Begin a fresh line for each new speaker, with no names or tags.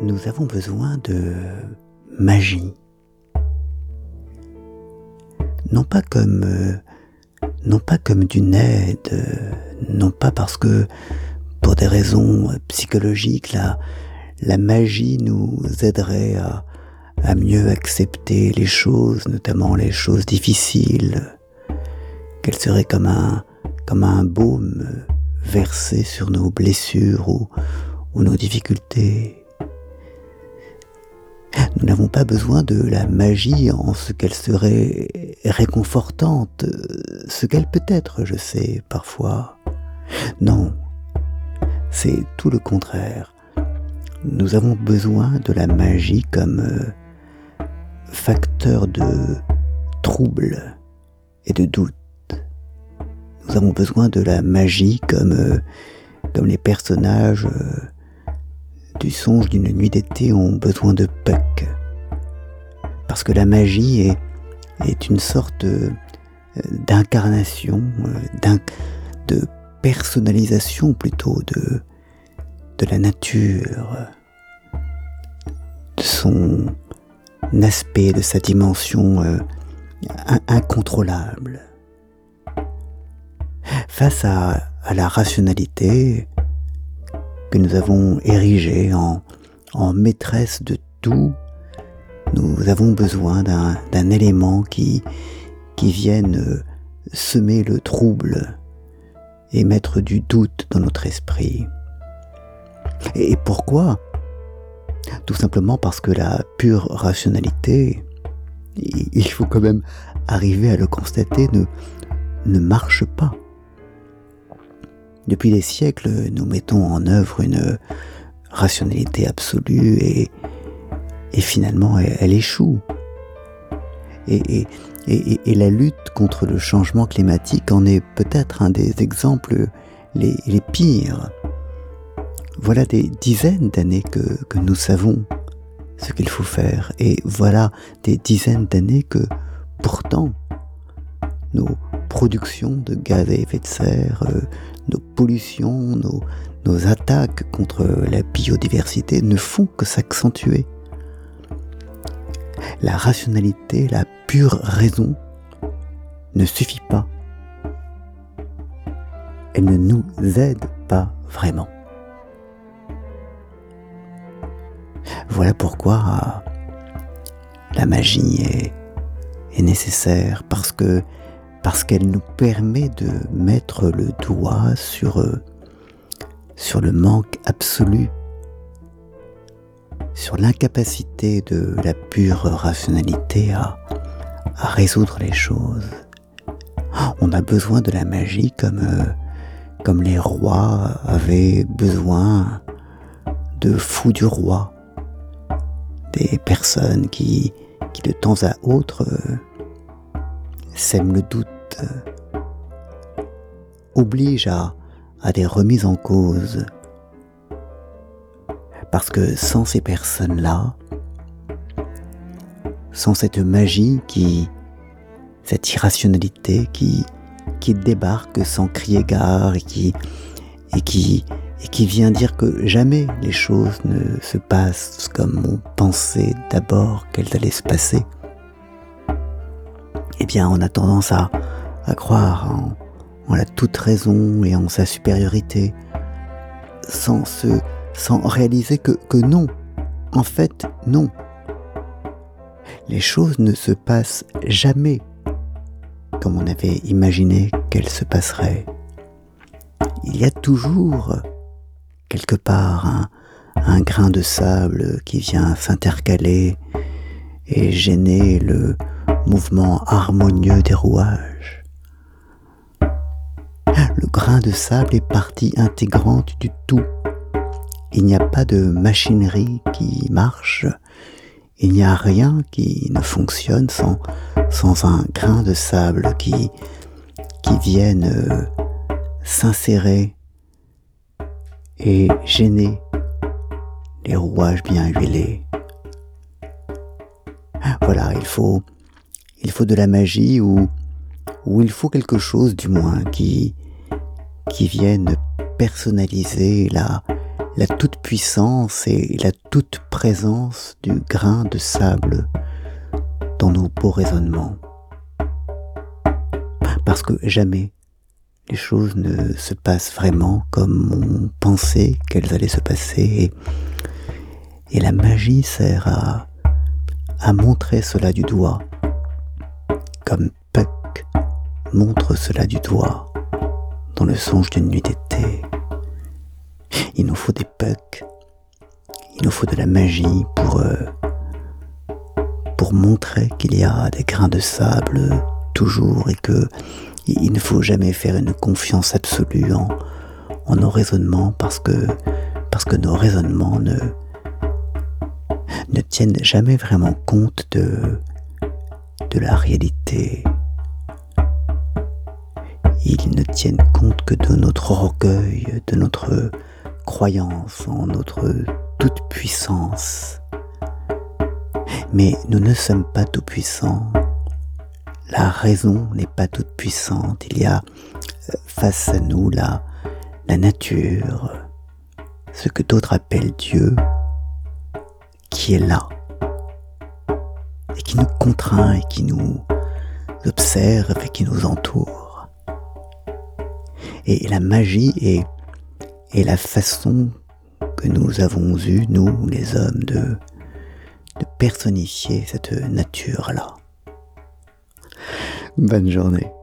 Nous avons besoin de magie. Non pas comme d'une aide, non pas parce que, pour des raisons psychologiques, la magie nous aiderait à mieux accepter les choses, notamment les choses difficiles, qu'elle serait comme un baume versé sur nos blessures ou nos difficultés. Nous n'avons pas besoin de la magie en ce qu'elle serait réconfortante, ce qu'elle peut être, je sais, parfois. Non, c'est tout le contraire. Nous avons besoin de la magie comme facteur de trouble et de doute. Nous avons besoin de la magie comme les personnages du songe d'une nuit d'été ont besoin de Puck. Parce que la magie est une sorte d'incarnation, de personnalisation plutôt de la nature, de son aspect, de sa dimension incontrôlable. Face à la rationalité que nous avons érigée en maîtresse de tout, nous avons besoin d'un élément qui vienne semer le trouble et mettre du doute dans notre esprit. Et pourquoi ? Tout simplement parce que la pure rationalité, il faut quand même arriver à le constater, ne marche pas. Depuis des siècles, nous mettons en œuvre une rationalité absolue et finalement elle échoue. Et la lutte contre le changement climatique en est peut-être un des exemples les pires. Voilà des dizaines d'années que nous savons ce qu'il faut faire, et voilà des dizaines d'années que pourtant nos productions de gaz à effet de serre, nos pollutions, nos attaques contre la biodiversité ne font que s'accentuer. La rationalité, la pure raison ne suffit pas. Elle ne nous aide pas vraiment. Voilà pourquoi la magie est nécessaire, parce qu'elle nous permet de mettre le doigt sur le manque absolu, sur l'incapacité de la pure rationalité à résoudre les choses. On a besoin de la magie comme les rois avaient besoin de fous du roi, des personnes qui de temps à autre sèment le doute, obligent à des remises en cause. Parce que sans ces personnes-là, sans cette magie cette irrationalité qui débarque sans crier gare et qui vient dire que jamais les choses ne se passent comme on pensait d'abord qu'elles allaient se passer, eh bien on a tendance à croire en la toute raison et en sa supériorité, sans réaliser que non, en fait non. Les choses ne se passent jamais comme on avait imaginé qu'elles se passeraient. Il y a toujours quelque part un grain de sable qui vient s'intercaler et gêner le mouvement harmonieux des rouages. Le grain de sable est partie intégrante du tout. Il n'y a pas de machinerie qui marche, il n'y a rien qui ne fonctionne sans un grain de sable qui vienne s'insérer et gêner les rouages bien huilés. Voilà, il faut de la magie ou il faut quelque chose du moins qui vienne personnaliser la toute-puissance et la toute-présence du grain de sable dans nos beaux raisonnements. Parce que jamais les choses ne se passent vraiment comme on pensait qu'elles allaient se passer, et la magie sert à montrer cela du doigt, comme Puck montre cela du doigt dans Le songe d'une nuit d'été. Il nous faut des Pucks, il nous faut de la magie pour montrer qu'il y a des grains de sable toujours, et que il ne faut jamais faire une confiance absolue en nos raisonnements, parce que nos raisonnements ne tiennent jamais vraiment compte de la réalité. Ils ne tiennent compte que de notre orgueil, de notre croyance en notre toute-puissance. Mais nous ne sommes pas tout-puissants. La raison n'est pas toute puissante. Il y a face à nous la nature, ce que d'autres appellent Dieu, qui est là et qui nous contraint et qui nous observe et qui nous entoure. Et la magie est la façon que nous avons eue, nous les hommes, de personnifier cette nature-là. Bonne journée.